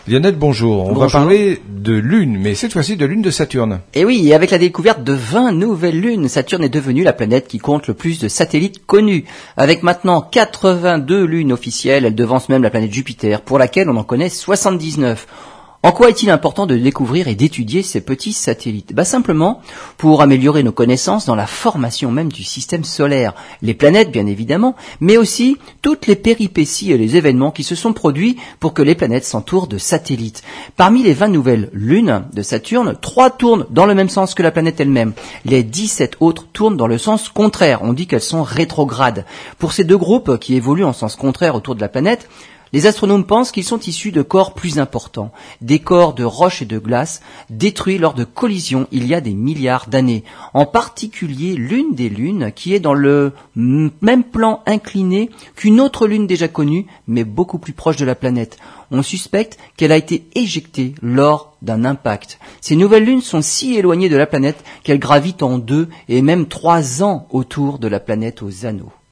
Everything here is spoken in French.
Lionel, bonjour. On Bonjour. va parler de Lune, mais cette fois-ci de Lune de Saturne. Et oui, et avec la découverte de 20 nouvelles lunes, Saturne est devenue la planète qui compte le plus de satellites connus. Avec maintenant 82 lunes officielles, elle devance même la planète Jupiter, pour laquelle on en connaît 79. En quoi est-il important de découvrir et d'étudier ces petits satellites ? Simplement pour améliorer nos connaissances dans la formation même du système solaire, les planètes bien évidemment, mais aussi toutes les péripéties et les événements qui se sont produits pour que les planètes s'entourent de satellites. Parmi les 20 nouvelles lunes de Saturne, 3 tournent dans le même sens que la planète elle-même. Les 17 autres tournent dans le sens contraire, on dit qu'elles sont rétrogrades. Pour ces deux groupes qui évoluent en sens contraire autour de la planète, les astronomes pensent qu'ils sont issus de corps plus importants, des corps de roches et de glace détruits lors de collisions il y a des milliards d'années. En particulier l'une des lunes qui est dans le même plan incliné qu'une autre lune déjà connue, mais beaucoup plus proche de la planète. On suspecte qu'elle a été éjectée lors d'un impact. Ces nouvelles lunes sont si éloignées de la planète qu'elles gravitent en 2 et même 3 ans autour de la planète aux anneaux.